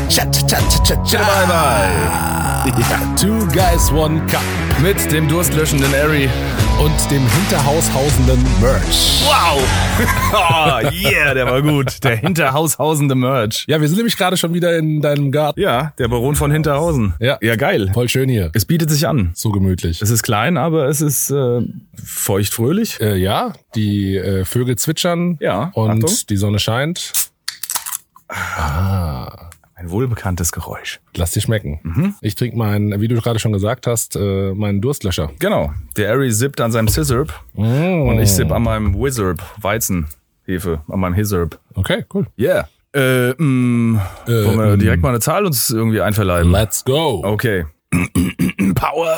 Bye bye. Ja, Two Guys, One Cup. Mit dem durstlöschenden Ari. Und dem hinterhaushausenden Merch. Wow! Oh, yeah, der war gut. Der hinterhaushausende Merch. Ja, wir sind nämlich gerade schon wieder in deinem Garten. Ja, der Baron von Hinterhausen. Ja, geil. Voll schön hier. Es bietet sich an. So gemütlich. Es ist klein, aber es ist feuchtfröhlich. Ja, die Vögel zwitschern. Ja, und Achtung. Die Sonne scheint. Ein wohlbekanntes Geräusch. Lass dir schmecken. Ich trinke meinen, wie du gerade schon gesagt hast, meinen Durstlöscher. Genau. Der Ari sippt an seinem Scissor und ich sipp an meinem Wizard Weizenhefe, an meinem Hizzerb. Okay, cool. Yeah. Wollen wir direkt mal eine Zahl uns irgendwie einverleiben? Let's go. Okay. Power.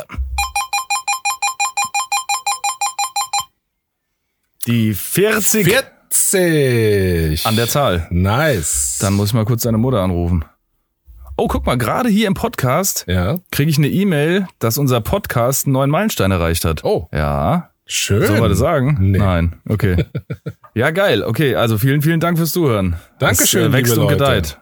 Die 40. 40. An der Zahl. Nice. Dann muss ich mal kurz deine Mutter anrufen. Oh, guck mal, gerade hier im Podcast kriege ich eine E-Mail, dass unser Podcast einen neuen Meilenstein erreicht hat. Oh. Ja. Schön. Sollen wir das sagen? Nee. Nein. Okay. Ja, geil. Okay, also vielen, vielen Dank fürs Zuhören. Dankeschön, Es wächst liebe und Leute. gedeiht.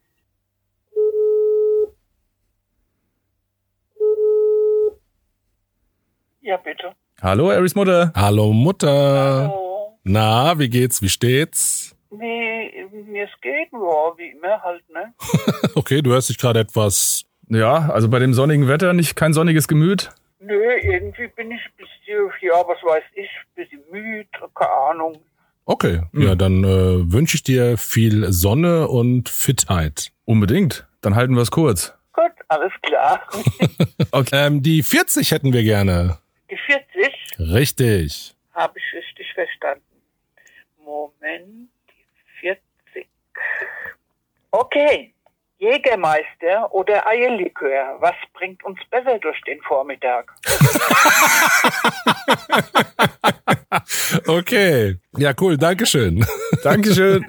Ja, bitte. Hallo, Aries Mutter. Hallo Mutter. Oh, Na, wie geht's? Wie steht's? nee, mir es geht, ja, wie immer halt, ne? Okay, du hörst dich gerade etwas... Ja, also bei dem sonnigen Wetter kein sonniges Gemüt. Nö, irgendwie bin ich ein bisschen, ja, was weiß ich, ein bisschen müde, keine Ahnung. Okay, ja, dann wünsche ich dir viel Sonne und Fitheit. Unbedingt. Dann halten wir es kurz. Gut, alles klar. Die 40 hätten wir gerne. Die 40 Richtig. habe ich richtig verstanden. Moment, die 40. Okay, Jägermeister oder Eierlikör, was bringt uns besser durch den Vormittag? Okay. Ja, cool, Dankeschön. Dankeschön.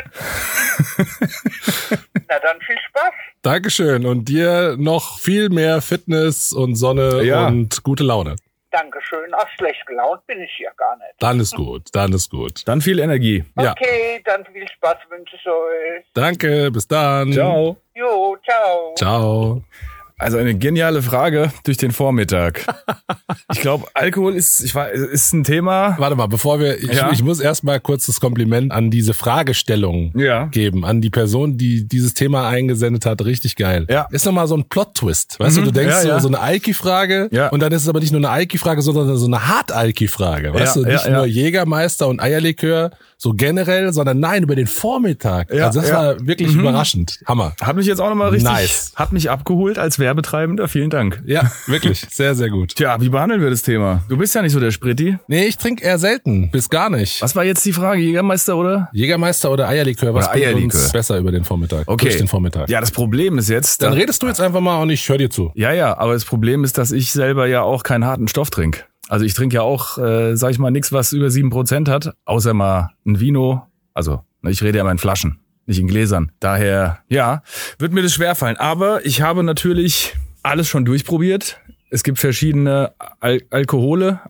Na dann viel Spaß. Dankeschön und dir noch viel mehr Fitness und Sonne Ja. und gute Laune. Dankeschön. Ach, schlecht gelaunt bin ich ja gar nicht. Dann ist gut, dann ist gut. Dann viel Energie. Ja. Okay, dann viel Spaß wünsche ich euch. Danke, bis dann. Ciao. Jo, ciao. Ciao. Also eine geniale Frage durch den Vormittag. Ich glaube, Alkohol ist ein Thema. Warte mal, bevor wir, ich muss erstmal kurz das Kompliment an diese Fragestellung geben, an die Person, die dieses Thema eingesendet hat. Richtig geil. Ja. Ist nochmal so ein Plot-Twist. Weißt du denkst so eine Alki-Frage und dann ist es aber nicht nur eine Alki-Frage, sondern so eine Hart-Alki-Frage. Weißt du, nicht nur Jägermeister und Eierlikör so generell, sondern nein, über den Vormittag. Ja, Also das war wirklich überraschend. Hammer. Hat mich jetzt auch nochmal richtig, Nice. hat mich abgeholt als Werbetreibender. Vielen Dank. Ja, wirklich. Sehr, sehr gut. Tja, wie behandeln wir das Thema? Du bist ja nicht so der Spritti. Nee, ich trinke eher selten. Bis gar nicht. Was war jetzt die Frage? Jägermeister oder? Jägermeister oder Eierlikör, was Oder bringt Eierlikör. uns besser über den Vormittag? Okay. Durch den Vormittag. Ja, das Problem ist jetzt... Dann redest du jetzt einfach mal und ich höre dir zu. Ja, aber das Problem ist, dass ich selber ja auch keinen harten Stoff trinke. Also ich trinke ja auch, sag ich mal, nichts, was über 7% hat, außer mal ein Vino. Also, ich rede ja immer in Flaschen, nicht in Gläsern. Daher, ja, wird mir das schwerfallen. Aber ich habe natürlich alles schon durchprobiert. Es gibt verschiedene Alkoholi.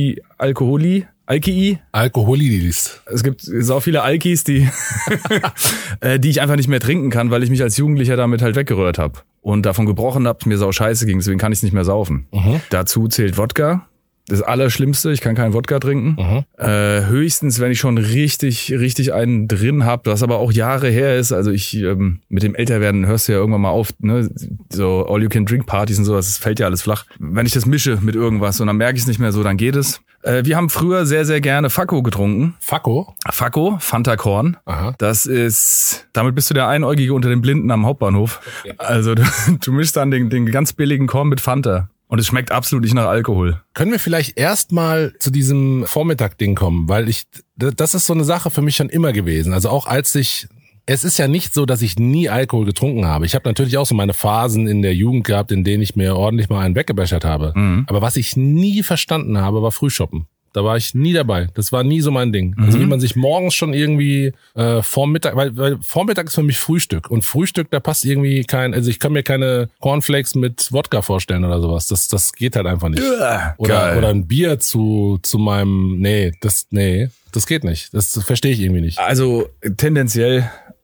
Alkoholis. Es gibt sau viele Alkis, die ich einfach nicht mehr trinken kann, weil ich mich als Jugendlicher damit halt weggerührt habe. Und davon gebrochen habe, mir sau scheiße ging, deswegen kann ich es nicht mehr saufen. Dazu zählt Wodka. Das Allerschlimmste, ich kann keinen Wodka trinken. Höchstens, wenn ich schon richtig einen drin habe, was aber auch Jahre her ist. Also ich, mit dem Älterwerden hörst du ja irgendwann mal auf, ne? So All-You-Can-Drink-Partys und sowas, das fällt ja alles flach. Wenn ich das mische mit irgendwas und dann merke ich es nicht mehr so, dann geht es. Wir haben früher sehr, sehr gerne Fakko getrunken. Fakko? Fakko, Fanta Korn. Aha. Das ist, damit bist du der Einäugige unter den Blinden am Hauptbahnhof. Okay. Also du mischst dann den ganz billigen Korn mit Fanta. Und es schmeckt absolut nicht nach Alkohol. Können wir vielleicht erstmal zu diesem Vormittag-Ding kommen? Weil das ist so eine Sache für mich schon immer gewesen. Also auch es ist ja nicht so, dass ich nie Alkohol getrunken habe. Ich habe natürlich auch so meine Phasen in der Jugend gehabt, in denen ich mir ordentlich mal einen weggebechert habe. Aber was ich nie verstanden habe, war Frühshoppen. Da war ich nie dabei. Das war nie so mein Ding. Also wie man sich morgens schon irgendwie Vormittag, weil Vormittag ist für mich Frühstück. Und Frühstück, da passt irgendwie also ich kann mir keine Cornflakes mit Wodka vorstellen oder sowas. Das geht halt einfach nicht. Oder ein Bier zu meinem, das geht nicht. Das verstehe ich irgendwie nicht. Also tendenziell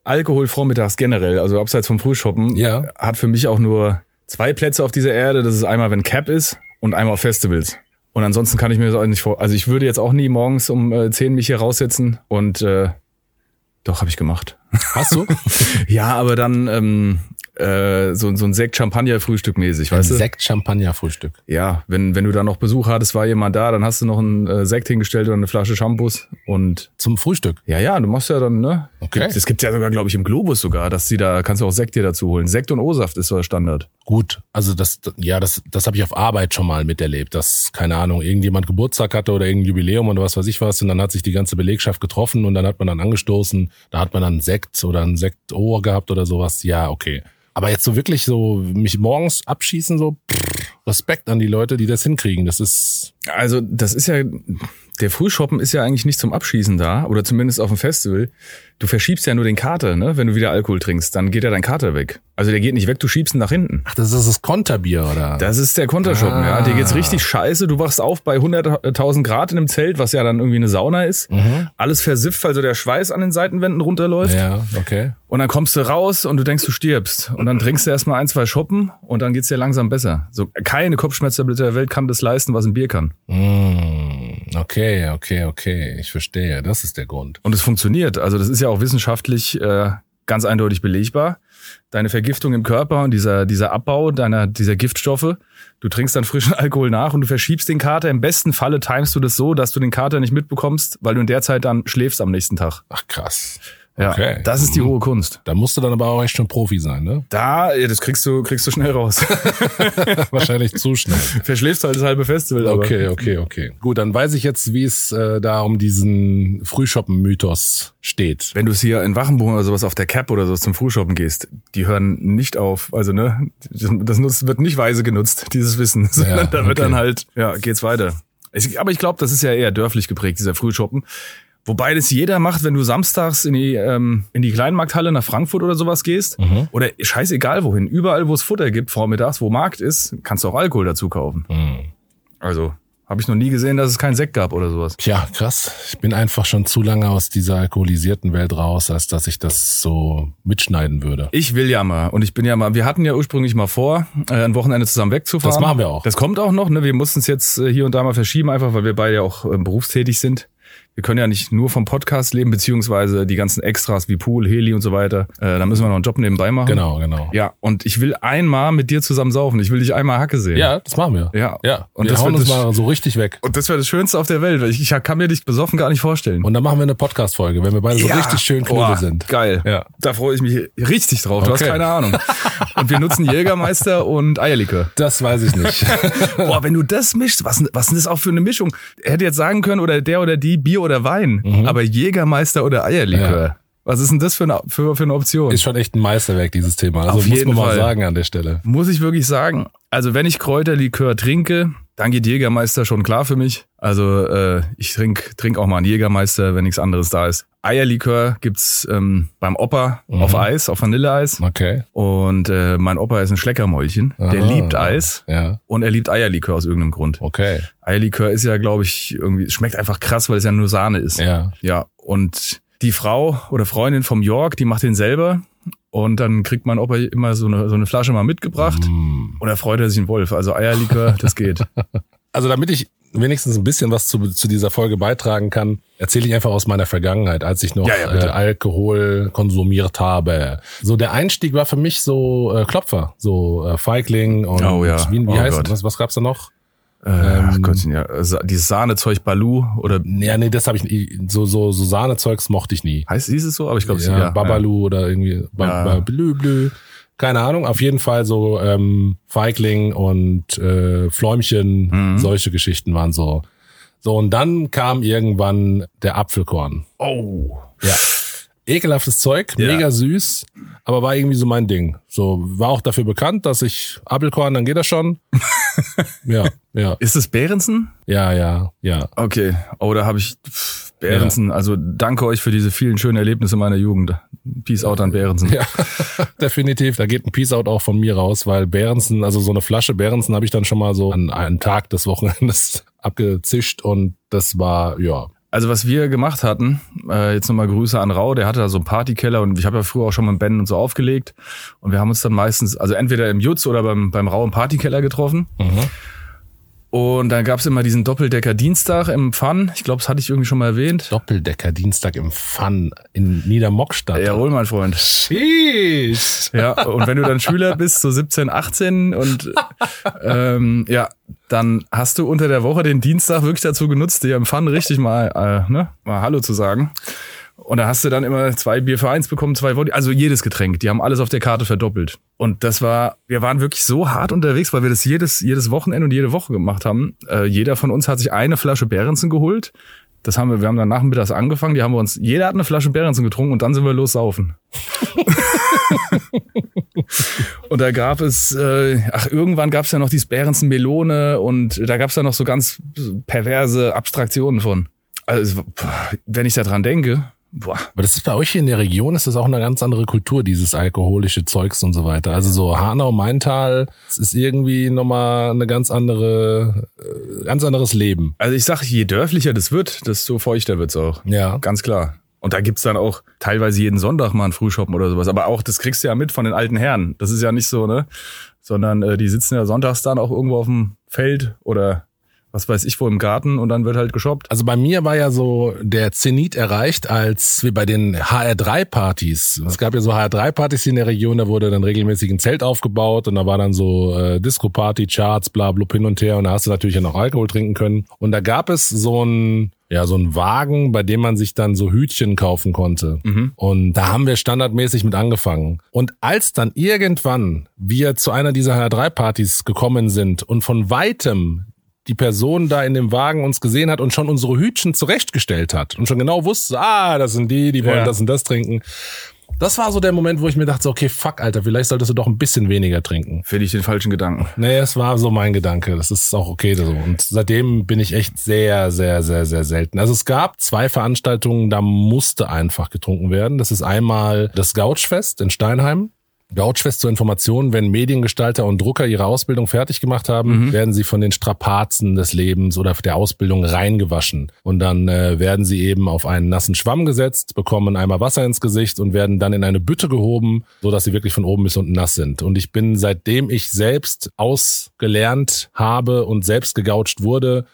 Alkohol vormittags generell, also abseits vom Frühshoppen, hat für mich auch nur 2 Plätze auf dieser Erde. Das ist einmal, wenn Cap ist und einmal auf Festivals. Und ansonsten kann ich mir das auch nicht also ich würde jetzt auch nie morgens um 10 mich hier raussetzen und doch, habe ich gemacht. Hast du? Ja, aber dann so ein Sekt-Champagner-Frühstück mäßig, weißt du? Sekt-Champagner-Frühstück. Ja, wenn du da noch Besuch hattest, war jemand da, dann hast du noch einen Sekt hingestellt oder eine Flasche Shampoos und zum Frühstück. Ja, du machst ja dann, ne? Okay. Das gibt's ja sogar, glaube ich, im Globus sogar, dass kannst du auch Sekt dir dazu holen. Sekt und O-Saft ist so der Standard. Gut, also das habe ich auf Arbeit schon mal miterlebt, dass, keine Ahnung, irgendjemand Geburtstag hatte oder irgendein Jubiläum oder was weiß ich was und dann hat sich die ganze Belegschaft getroffen und dann hat man dann angestoßen, da hat man dann Sekt oder ein Sekt-O gehabt oder sowas. Ja, okay. Aber jetzt so wirklich so mich morgens abschießen, so Respekt an die Leute, die das hinkriegen. Das ist ja, der Frühshoppen ist ja eigentlich nicht zum Abschießen da, oder zumindest auf dem Festival. Du verschiebst ja nur den Kater, ne? Wenn du wieder Alkohol trinkst, dann geht ja dein Kater weg. Also der geht nicht weg, du schiebst ihn nach hinten. Ach, das ist das Konterbier, oder? Das ist der Kontershoppen, ja. Dir geht's richtig scheiße. Du wachst auf bei 100.000 Grad in einem Zelt, was ja dann irgendwie eine Sauna ist. Alles versifft, weil so der Schweiß an den Seitenwänden runterläuft. Ja, okay. Und dann kommst du raus und du denkst, du stirbst. Und dann trinkst du erstmal 1, 2 Schoppen und dann geht's dir langsam besser. So, keine Kopfschmerztablette der Welt kann das leisten, was ein Bier kann. Okay. Ich verstehe. Das ist der Grund. Und es funktioniert. Also das ist ja auch wissenschaftlich ganz eindeutig belegbar. Deine Vergiftung im Körper und dieser Abbau dieser Giftstoffe. Du trinkst dann frischen Alkohol nach und du verschiebst den Kater. Im besten Falle timest du das so, dass du den Kater nicht mitbekommst, weil du in der Zeit dann schläfst am nächsten Tag. Ach, krass. Ja, okay. Das ist die hohe Kunst. Da musst du dann aber auch echt schon Profi sein, ne? Das kriegst du schnell raus. Wahrscheinlich zu schnell. Verschläfst halt das halbe Festival. Aber. Okay. Gut, dann weiß ich jetzt, wie es da um diesen Frühshoppen-Mythos steht. Wenn du es hier in Wachenbogen oder sowas auf der Cap oder sowas zum Frühshoppen gehst, die hören nicht auf. Also, ne, das wird nicht weise genutzt, dieses Wissen. Sondern da wird dann halt, geht's weiter. Aber ich glaube, das ist ja eher dörflich geprägt, dieser Frühshoppen. Wobei das jeder macht, wenn du samstags in die Kleinmarkthalle nach Frankfurt oder sowas gehst. Oder scheißegal wohin. Überall, wo es Futter gibt, vormittags, wo Markt ist, kannst du auch Alkohol dazu kaufen. Also, habe ich noch nie gesehen, dass es keinen Sekt gab oder sowas. Tja, krass. Ich bin einfach schon zu lange aus dieser alkoholisierten Welt raus, als dass ich das so mitschneiden würde. Ich will ja mal. Und ich bin ja mal, wir hatten ja ursprünglich mal vor, ein Wochenende zusammen wegzufahren. Das machen wir auch. Das kommt auch noch, ne? Wir mussten es jetzt hier und da mal verschieben, einfach weil wir beide ja auch berufstätig sind. Wir können ja nicht nur vom Podcast leben, beziehungsweise die ganzen Extras wie Pool, Heli und so weiter. Da müssen wir noch einen Job nebenbei machen. Genau. Ja, und ich will einmal mit dir zusammen saufen. Ich will dich einmal Hacke sehen. Ja, das machen wir. Ja. Und wir hauen uns mal so richtig weg. Und das wäre das Schönste auf der Welt, weil ich kann mir dich besoffen gar nicht vorstellen. Und dann machen wir eine Podcast-Folge, wenn wir beide so richtig schön Knüppel sind. Geil. Ja. Da freue ich mich richtig drauf. Du hast keine Ahnung. Und wir nutzen Jägermeister und Eierlikör. Das weiß ich nicht. Boah, wenn du das mischst, was ist das auch für eine Mischung? Er hätte jetzt sagen können, oder der oder die Bier oder Wein. Aber Jägermeister oder Eierlikör. Ja. Was ist denn das für eine Option? Ist schon echt ein Meisterwerk, dieses Thema. Also auf jeden muss man Fall mal sagen an der Stelle. Muss ich wirklich sagen. Also wenn ich Kräuterlikör trinke, dann geht Jägermeister schon klar für mich. Also ich trink auch mal einen Jägermeister, wenn nichts anderes da ist. Eierlikör gibt's beim Opa auf Eis, auf Vanilleeis. Okay. Und mein Opa ist ein Schleckermäulchen. Der liebt Eis. Ja. Und er liebt Eierlikör aus irgendeinem Grund. Okay. Eierlikör ist ja, glaube ich, irgendwie, schmeckt einfach krass, weil es ja nur Sahne ist. Ja. Ja. Und die Frau oder Freundin vom Jörg, die macht den selber. Und dann kriegt mein Opa immer so eine Flasche mal mitgebracht. Und da freut er sich ein Wolf. Also Eierlikör, das geht. Also damit ich wenigstens ein bisschen was zu dieser Folge beitragen kann, erzähle ich einfach aus meiner Vergangenheit, als ich noch Alkohol konsumiert habe. So der Einstieg war für mich so Klopfer, so Feigling und wie heißt das? Was gab's da noch? Gottchen, ja, dieses Sahnezeug Balu oder nee, das habe ich nie. So Sahnezeugs mochte ich nie. Hieß es so, aber ich glaube Babalu oder irgendwie Blü. Keine Ahnung, auf jeden Fall so Feigling und Fläumchen, solche Geschichten waren so. So, und dann kam irgendwann der Apfelkorn. Oh. Ja. Ekelhaftes Zeug, mega süß, aber war irgendwie so mein Ding. So, war auch dafür bekannt, dass ich Apfelkorn, dann geht das schon. Ja. Ist es Behrensen? Ja. Okay. Oh, da habe ich Behrensen. Ja. Also danke euch für diese vielen schönen Erlebnisse meiner Jugend. Peace out an Behrensen. Ja, definitiv. Da geht ein Peace out auch von mir raus, weil Behrensen, also so eine Flasche Behrensen habe ich dann schon mal so an einem Tag des Wochenendes abgezischt und das war, Also was wir gemacht hatten, jetzt nochmal Grüße an Rau, der hatte da so einen Partykeller und ich habe ja früher auch schon mit Ben und so aufgelegt und wir haben uns dann meistens, also entweder im Jutz oder beim Rau im Partykeller getroffen. Und dann gab's immer diesen Doppeldecker-Dienstag im Fun. Ich glaube, das hatte ich irgendwie schon mal erwähnt. Doppeldecker-Dienstag im Fun in Niedermockstadt. Jawohl, mein Freund. Sheesh. Ja, und wenn du dann Schüler bist, so 17, 18 und dann hast du unter der Woche den Dienstag wirklich dazu genutzt, dir im Fun richtig mal Hallo zu sagen. Und da hast du dann immer 2 Bier für 1 bekommen, 2 Wodka, also jedes Getränk. Die haben alles auf der Karte verdoppelt. Und wir waren wirklich so hart unterwegs, weil wir das jedes Wochenende und jede Woche gemacht haben. Jeder von uns hat sich eine Flasche Behrensen geholt. Wir haben dann nachmittags angefangen, jeder hat eine Flasche Behrensen getrunken und dann sind wir los saufen. Und da gab es, irgendwann gab es ja noch dieses Behrensen Melone und da gab es ja noch so ganz perverse Abstraktionen von. Also, wenn ich da dran denke, boah. Aber das ist bei euch hier in der Region, ist das auch eine ganz andere Kultur, dieses alkoholische Zeugs und so weiter. Also so Hanau, Maintal, es ist irgendwie nochmal eine ganz anderes Leben. Also ich sag, je dörflicher das wird, desto feuchter wird's auch. Ja. Ganz klar. Und da gibt's dann auch teilweise jeden Sonntag mal ein Frühschoppen oder sowas. Aber auch, das kriegst du ja mit von den alten Herren. Das ist ja nicht so, ne? Sondern die sitzen ja sonntags dann auch irgendwo auf dem Feld oder was weiß ich wo im Garten und dann wird halt geshoppt. Also bei mir war ja so der Zenit erreicht, als wir bei den HR3-Partys, es gab ja so HR3-Partys in der Region, da wurde dann regelmäßig ein Zelt aufgebaut und da war dann so Disco-Party, Charts, bla bla hin und her und da hast du natürlich ja noch Alkohol trinken können. Und da gab es so ein Wagen, bei dem man sich dann so Hütchen kaufen konnte. Und da haben wir standardmäßig mit angefangen. Und als dann irgendwann wir zu einer dieser HR3-Partys gekommen sind und von weitem die Person da in dem Wagen uns gesehen hat und schon unsere Hütchen zurechtgestellt hat und schon genau wusste, das sind die wollen das und das trinken. Das war so der Moment, wo ich mir dachte, okay, fuck, Alter, vielleicht solltest du doch ein bisschen weniger trinken. Finde ich den falschen Gedanken. Nee, es war so mein Gedanke. Das ist auch okay so. Und seitdem bin ich echt sehr, sehr, sehr, sehr selten. Also es gab 2 Veranstaltungen, da musste einfach getrunken werden. Das ist einmal das Gouchfest in Steinheim. Gouchfest zur Information, wenn Mediengestalter und Drucker ihre Ausbildung fertig gemacht haben, werden sie von den Strapazen des Lebens oder der Ausbildung reingewaschen. Und dann werden sie eben auf einen nassen Schwamm gesetzt, bekommen einmal Wasser ins Gesicht und werden dann in eine Bütte gehoben, sodass sie wirklich von oben bis unten nass sind. Und ich bin, seitdem ich selbst ausgelernt habe und selbst gegoucht wurde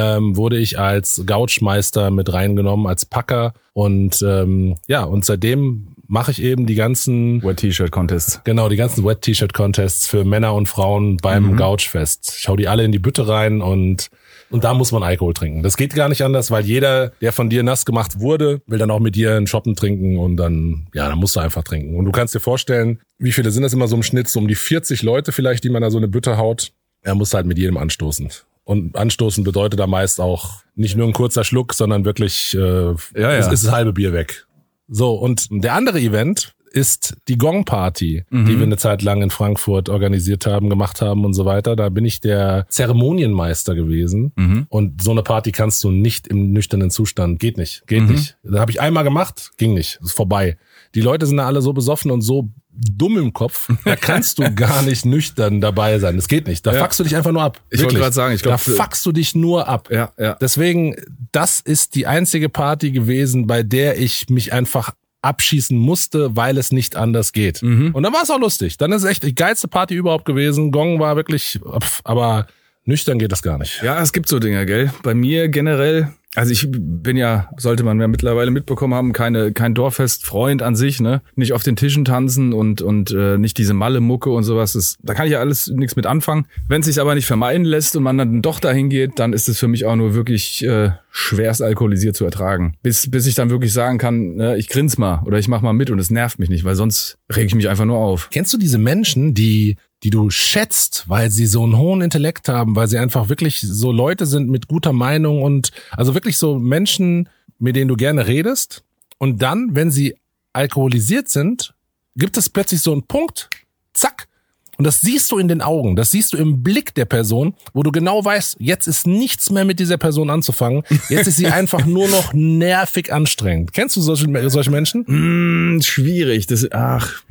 ich als Gouchmeister mit reingenommen, als Packer. Und und seitdem mache ich eben die ganzen Wet-T-Shirt-Contests. Genau, die ganzen Wet-T-Shirt-Contests für Männer und Frauen beim Gouchfest. Ich hau die alle in die Bütte rein und da muss man Alkohol trinken. Das geht gar nicht anders, weil jeder, der von dir nass gemacht wurde, will dann auch mit dir einen Shoppen trinken und dann musst du einfach trinken. Und du kannst dir vorstellen, wie viele sind das immer so im Schnitt? So um die 40 Leute vielleicht, die man da so eine Bütte haut. Er muss halt mit jedem anstoßen. Und anstoßen bedeutet da meist auch nicht nur ein kurzer Schluck, sondern wirklich es ist das halbe Bier weg. So, und der andere Event ist die Gong-Party, die wir eine Zeit lang in Frankfurt organisiert haben, gemacht haben und so weiter. Da bin ich der Zeremonienmeister gewesen. Und so eine Party kannst du nicht im nüchternen Zustand. Geht nicht. Da habe ich einmal gemacht, ging nicht. Ist vorbei. Die Leute sind da alle so besoffen und so dumm im Kopf, da kannst du gar nicht nüchtern dabei sein. Das geht nicht. Da fuckst du dich einfach nur ab. Ich wollte gerade sagen, da fuckst du dich nur ab. Ja. Deswegen, das ist die einzige Party gewesen, bei der ich mich einfach abschießen musste, weil es nicht anders geht. Und dann war es auch lustig. Dann ist es echt die geilste Party überhaupt gewesen. Gong war wirklich, aber nüchtern geht das gar nicht. Ja, es gibt so Dinger, gell? Bei mir generell, also ich bin ja, sollte man ja mittlerweile mitbekommen haben, kein Dorffest-Freund an sich, ne? Nicht auf den Tischen tanzen und nicht diese Malle-Mucke und sowas. Da kann ich ja alles nichts mit anfangen. Wenn es sich aber nicht vermeiden lässt und man dann doch dahin geht, dann ist es für mich auch nur wirklich schwerst alkoholisiert zu ertragen. Bis ich dann wirklich sagen kann, ne, ich grins mal oder ich mach mal mit und es nervt mich nicht, weil sonst reg ich mich einfach nur auf. Kennst du diese Menschen, die du schätzt, weil sie so einen hohen Intellekt haben, weil sie einfach wirklich so Leute sind mit guter Meinung und also wirklich so Menschen, mit denen du gerne redest und dann, wenn sie alkoholisiert sind, gibt es plötzlich so einen Punkt, zack, und das siehst du in den Augen, das siehst du im Blick der Person, wo du genau weißt, jetzt ist nichts mehr mit dieser Person anzufangen, jetzt ist sie einfach nur noch nervig anstrengend. Kennst du solche Menschen? Schwierig,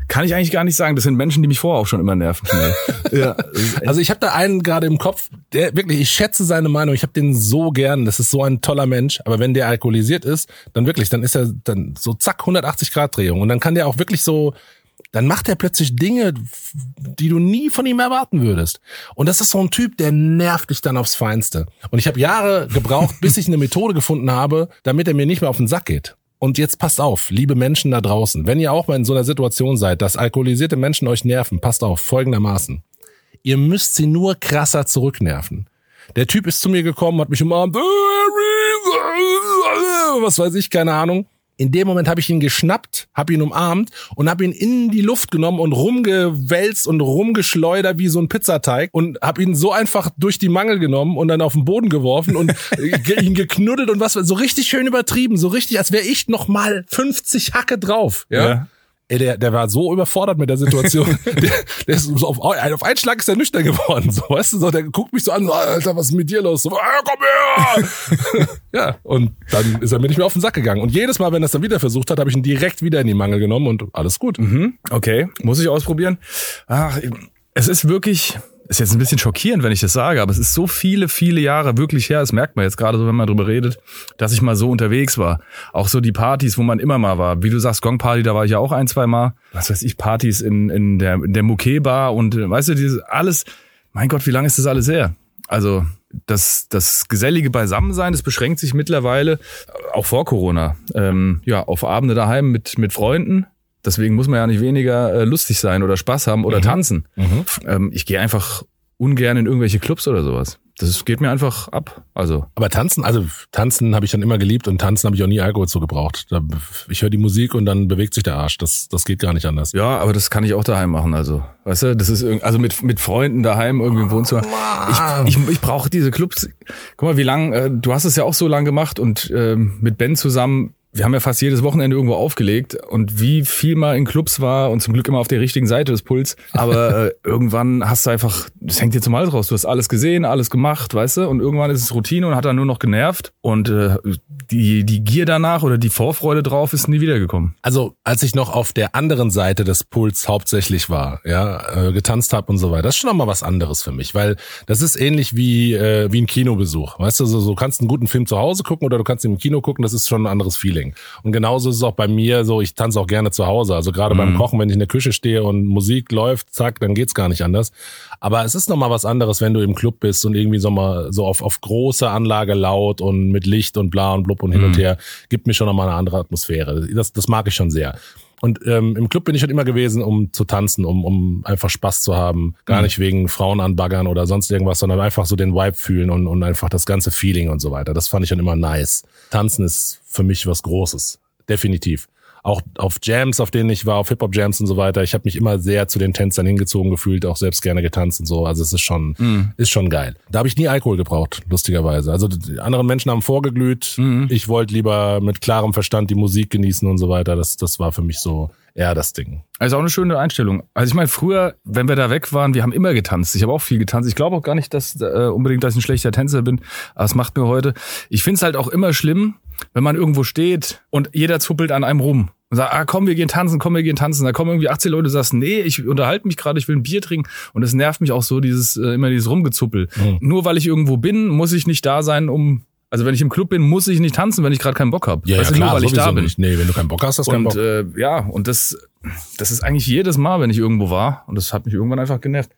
Kann ich eigentlich gar nicht sagen. Das sind Menschen, die mich vorher auch schon immer nerven schnell. Ja. Also ich habe da einen gerade im Kopf, der wirklich, ich schätze seine Meinung, ich habe den so gern, das ist so ein toller Mensch, aber wenn der alkoholisiert ist, dann wirklich, dann ist er dann so zack 180 Grad Drehung und dann kann der auch wirklich so, dann macht er plötzlich Dinge, die du nie von ihm erwarten würdest. Und das ist so ein Typ, der nervt dich dann aufs Feinste. Und ich habe Jahre gebraucht, bis ich eine Methode gefunden habe, damit er mir nicht mehr auf den Sack geht. Und jetzt passt auf, liebe Menschen da draußen, wenn ihr auch mal in so einer Situation seid, dass alkoholisierte Menschen euch nerven, passt auf, folgendermaßen. Ihr müsst sie nur krasser zurücknerven. Der Typ ist zu mir gekommen, hat mich umarmt, was weiß ich, keine Ahnung. In dem Moment habe ich ihn geschnappt, habe ihn umarmt und habe ihn in die Luft genommen und rumgewälzt und rumgeschleudert wie so ein Pizzateig und habe ihn so einfach durch die Mangel genommen und dann auf den Boden geworfen und ihn geknuddelt und was, so richtig schön übertrieben, so richtig, als wäre ich noch mal 50 Hacke drauf. Ja. Ey, der war so überfordert mit der Situation. Der ist so auf einen Schlag ist er nüchtern geworden, so, weißt du, so, der guckt mich so an, so, Alter, was ist mit dir los? So, komm her! Ja, und dann ist er mir nicht mehr auf den Sack gegangen. Und jedes Mal, wenn er es dann wieder versucht hat, habe ich ihn direkt wieder in die Mangel genommen und alles gut. Okay, muss ich ausprobieren. Ach, es ist wirklich, ist jetzt ein bisschen schockierend, wenn ich das sage, aber es ist so viele, viele Jahre wirklich her, das merkt man jetzt gerade so, wenn man drüber redet, dass ich mal so unterwegs war. Auch so die Partys, wo man immer mal war. Wie du sagst, Gong-Party, da war ich ja auch 1-2 Mal. Was weiß ich, Partys in der Moquet-Bar und weißt du, dieses alles, mein Gott, wie lange ist das alles her? Also das gesellige Beisammensein, das beschränkt sich mittlerweile, auch vor Corona, auf Abende daheim mit Freunden. Deswegen muss man ja nicht weniger lustig sein oder Spaß haben oder tanzen. Ich gehe einfach ungern in irgendwelche Clubs oder sowas. Das geht mir einfach ab. Aber tanzen habe ich dann immer geliebt und tanzen habe ich auch nie Alkohol zu gebraucht. Ich höre die Musik und dann bewegt sich der Arsch. Das geht gar nicht anders. Ja, aber das kann ich auch daheim machen. Also, weißt du, das ist mit Freunden daheim irgendwie im Wohnzimmer. Ich brauche diese Clubs. Guck mal, wie lang. Du hast es ja auch so lang gemacht und mit Ben zusammen. Wir haben ja fast jedes Wochenende irgendwo aufgelegt und wie viel mal in Clubs war und zum Glück immer auf der richtigen Seite des Puls. Aber irgendwann hast du einfach, das hängt dir zum Hals raus. Du hast alles gesehen, alles gemacht, weißt du? Und irgendwann ist es Routine und hat dann nur noch genervt. Und die Gier danach oder die Vorfreude drauf ist nie wiedergekommen. Also als ich noch auf der anderen Seite des Puls hauptsächlich war, getanzt habe und so weiter, das ist schon nochmal was anderes für mich. Weil das ist ähnlich wie ein Kinobesuch. Weißt du, so kannst einen guten Film zu Hause gucken oder du kannst ihn im Kino gucken, das ist schon ein anderes Feeling. Und genauso ist es auch bei mir so, ich tanze auch gerne zu Hause. Also gerade beim Kochen, wenn ich in der Küche stehe und Musik läuft, zack, dann geht's gar nicht anders. Aber es ist nochmal was anderes, wenn du im Club bist und irgendwie so mal so auf große Anlage laut und mit Licht und bla und blub und hin und her, gibt mir schon nochmal eine andere Atmosphäre. Das mag ich schon sehr. Und im Club bin ich halt immer gewesen, um zu tanzen, um einfach Spaß zu haben. Gar nicht wegen Frauen anbaggern oder sonst irgendwas, sondern einfach so den Vibe fühlen und einfach das ganze Feeling und so weiter. Das fand ich dann immer nice. Tanzen ist für mich was Großes. Definitiv. Auch auf Jams, auf denen ich war, auf Hip-Hop-Jams und so weiter. Ich habe mich immer sehr zu den Tänzern hingezogen gefühlt, auch selbst gerne getanzt und so. Also es ist schon geil. Da habe ich nie Alkohol gebraucht, lustigerweise. Also die anderen Menschen haben vorgeglüht. Ich wollte lieber mit klarem Verstand die Musik genießen und so weiter. Das war für mich so eher das Ding. Also auch eine schöne Einstellung. Also ich meine, früher, wenn wir da weg waren, wir haben immer getanzt. Ich habe auch viel getanzt. Ich glaube auch gar nicht, dass unbedingt, dass ich ein schlechter Tänzer bin. Aber es macht mir heute. Ich finde es halt auch immer schlimm, wenn man irgendwo steht und jeder zuppelt an einem rum und sagt, komm, wir gehen tanzen. Da kommen irgendwie 18 Leute und sagst, nee, ich unterhalte mich gerade, ich will ein Bier trinken. Und es nervt mich auch so, immer dieses Rumgezuppel. Nur weil ich irgendwo bin, muss ich nicht da sein, also wenn ich im Club bin, muss ich nicht tanzen, wenn ich gerade keinen Bock habe. Ja, klar, nur weil ich da bin. Nicht. Nee, wenn du keinen Bock hast, hast du keinen Bock. Und das ist eigentlich jedes Mal, wenn ich irgendwo war. Und das hat mich irgendwann einfach genervt.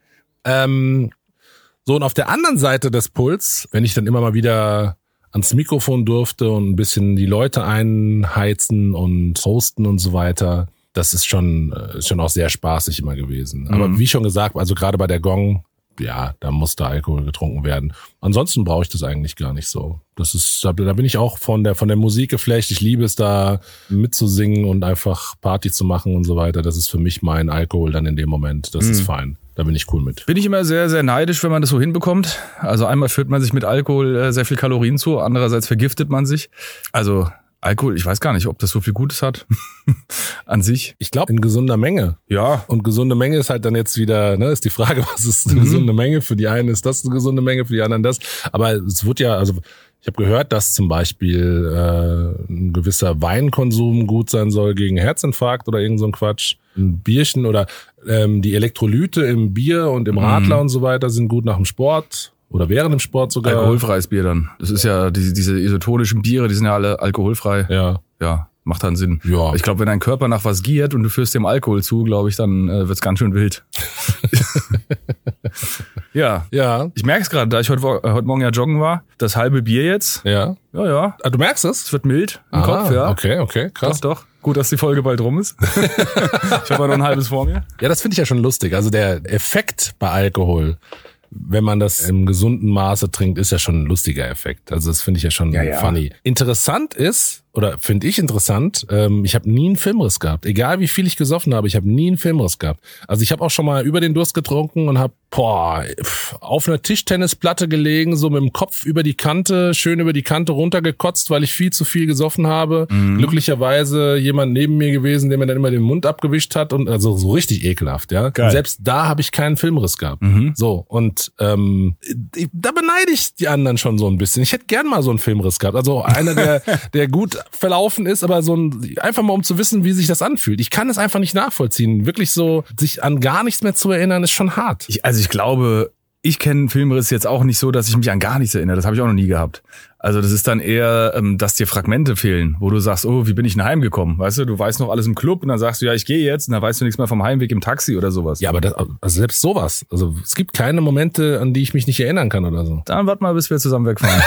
So, und auf der anderen Seite des Puls, wenn ich dann immer mal wieder ans Mikrofon durfte und ein bisschen die Leute einheizen und hosten und so weiter, das ist schon auch sehr spaßig immer gewesen. Aber wie schon gesagt, also gerade bei der Gong, ja, da muss da Alkohol getrunken werden. Ansonsten brauche ich das eigentlich gar nicht so. Da bin ich auch von der Musik geflasht. Ich liebe es da mitzusingen und einfach Party zu machen und so weiter. Das ist für mich mein Alkohol dann in dem Moment. Das ist fein. Da bin ich cool mit. Bin ich immer sehr, sehr neidisch, wenn man das so hinbekommt. Also einmal führt man sich mit Alkohol sehr viel Kalorien zu, andererseits vergiftet man sich. Also Alkohol, ich weiß gar nicht, ob das so viel Gutes hat an sich. Ich glaube, in gesunder Menge. Ja. Und gesunde Menge ist halt dann jetzt wieder, ist die Frage, was ist eine gesunde Menge? Für die einen ist das eine gesunde Menge, für die anderen das. Aber es wird ja, also ich habe gehört, dass zum Beispiel ein gewisser Weinkonsum gut sein soll gegen Herzinfarkt oder irgend so ein Quatsch. ein Bierchen oder die Elektrolyte im Bier und im Radler und so weiter sind gut nach dem Sport oder während dem Sport sogar. Alkoholfreies Bier dann. Das ist ja diese isotonischen Biere, die sind ja alle alkoholfrei. Ja, macht dann Sinn. Ja. Ich glaube, wenn dein Körper nach was giert und du führst dem Alkohol zu, glaube ich, dann wird's ganz schön wild. Ja. Ich merke es gerade, da ich heute Morgen ja joggen war, das halbe Bier jetzt. Ja. Ja. Ah, du merkst es? Es wird mild im Kopf, ja. Okay, krass. Doch. Gut, dass die Folge bald rum ist. Ich habe ja noch ein halbes vor mir. Ja, das finde ich ja schon lustig. Also der Effekt bei Alkohol, wenn man das im gesunden Maße trinkt, ist ja schon ein lustiger Effekt. Also das finde ich ja schon funny. Interessant ist, oder finde ich interessant, ich habe nie einen Filmriss gehabt. Egal wie viel ich gesoffen habe, ich habe nie einen Filmriss gehabt. Also ich habe auch schon mal über den Durst getrunken und habe auf einer Tischtennisplatte gelegen, so mit dem Kopf schön über die Kante runtergekotzt, weil ich viel zu viel gesoffen habe. Glücklicherweise jemand neben mir gewesen, der mir dann immer den Mund abgewischt hat und also so richtig ekelhaft, ja. Geil. Selbst da habe ich keinen Filmriss gehabt. So, und da beneide ich die anderen schon so ein bisschen. Ich hätte gern mal so einen Filmriss gehabt. Also einer, der gut verlaufen ist, aber einfach mal um zu wissen, wie sich das anfühlt. Ich kann es einfach nicht nachvollziehen. Wirklich so, sich an gar nichts mehr zu erinnern, ist schon hart. Ich glaube, ich kenne einen Filmriss jetzt auch nicht so, dass ich mich an gar nichts erinnere. Das habe ich auch noch nie gehabt. Also das ist dann eher, dass dir Fragmente fehlen, wo du sagst, oh, wie bin ich denn heimgekommen? Weißt du weißt noch alles im Club und dann sagst du, ja, ich gehe jetzt und dann weißt du nichts mehr vom Heimweg im Taxi oder sowas. Ja, aber also selbst sowas. Also es gibt keine Momente, an die ich mich nicht erinnern kann oder so. Dann warte mal, bis wir zusammen wegfahren.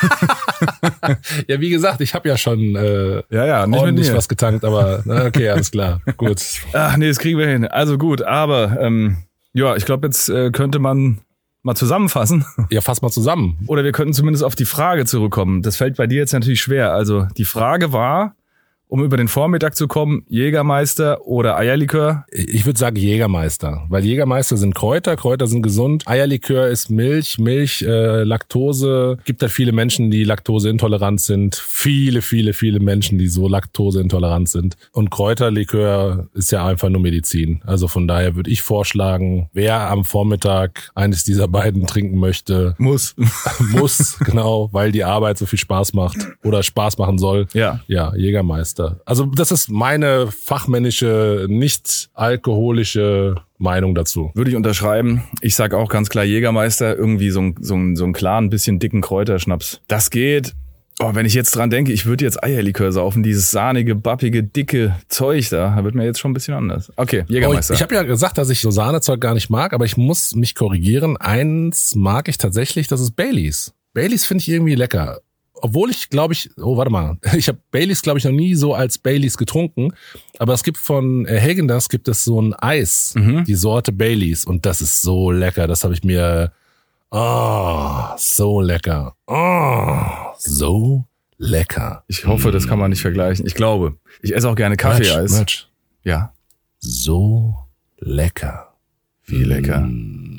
Ja, wie gesagt, ich habe ja schon nicht ordentlich was getankt, aber okay, alles klar, gut. Ach nee, das kriegen wir hin. Also gut, aber ich glaube, jetzt könnte man mal zusammenfassen. Ja, fass mal zusammen. Oder wir könnten zumindest auf die Frage zurückkommen. Das fällt bei dir jetzt natürlich schwer. Also die Frage war, um über den Vormittag zu kommen, Jägermeister oder Eierlikör? Ich würde sagen Jägermeister, weil Jägermeister sind Kräuter sind gesund. Eierlikör ist Milch, Laktose. Gibt halt viele Menschen, die laktoseintolerant sind. Viele Menschen, die so laktoseintolerant sind. Und Kräuterlikör ist ja einfach nur Medizin. Also von daher würde ich vorschlagen, wer am Vormittag eines dieser beiden trinken möchte. Muss, genau, weil die Arbeit so viel Spaß macht oder Spaß machen soll. Ja, Jägermeister. Also das ist meine fachmännische, nicht alkoholische Meinung dazu. Würde ich unterschreiben. Ich sag auch ganz klar Jägermeister, irgendwie so einen klaren, bisschen dicken Kräuterschnaps. Das geht. Oh, wenn ich jetzt dran denke, ich würde jetzt Eierlikör saufen, dieses sahnige, bappige, dicke Zeug da wird mir jetzt schon ein bisschen anders. Okay, Jägermeister. Ich habe ja gesagt, dass ich so Sahnezeug gar nicht mag, aber ich muss mich korrigieren. Eins mag ich tatsächlich, das ist Baileys. Baileys finde ich irgendwie lecker. Obwohl ich glaube ich habe Baileys glaube ich noch nie so als Baileys getrunken, aber es gibt von Häagen-Dazs gibt es so ein Eis, die Sorte Baileys und das ist so lecker, das habe ich mir so lecker. So lecker. Ich hoffe, das kann man nicht vergleichen. Ich glaube, ich esse auch gerne Kaffeeeis. Merch. Ja. So lecker. Wie lecker.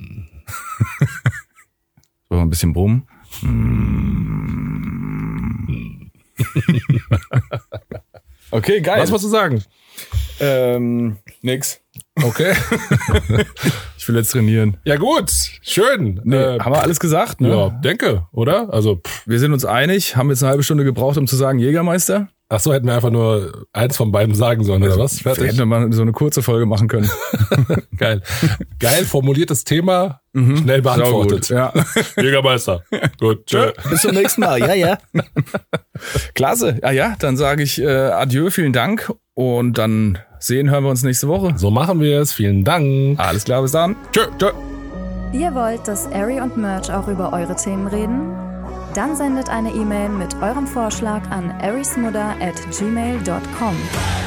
So ein bisschen Brummen. Okay, geil. Was wolltest du sagen? Nix. Okay. Ich will jetzt trainieren. Ja gut, schön. Nee, haben wir alles gesagt, ne? Ja, denke, oder? Also wir sind uns einig, haben jetzt eine halbe Stunde gebraucht, um zu sagen Jägermeister. Ach so, hätten wir einfach nur eins von beiden sagen sollen, oder was? Fertig. Hätten wir mal so eine kurze Folge machen können. Geil. Geil formuliertes Thema, schnell beantwortet. Ja. Jägermeister. Gut, tschö. Bis zum nächsten Mal. Ja. Klasse. Ja, dann sage ich Adieu, vielen Dank und dann hören wir uns nächste Woche. So machen wir es. Vielen Dank. Alles klar, bis dann. Tschö. Ihr wollt, dass Ari und Merch auch über eure Themen reden? Dann sendet eine E-Mail mit eurem Vorschlag an arismudder@gmail.com.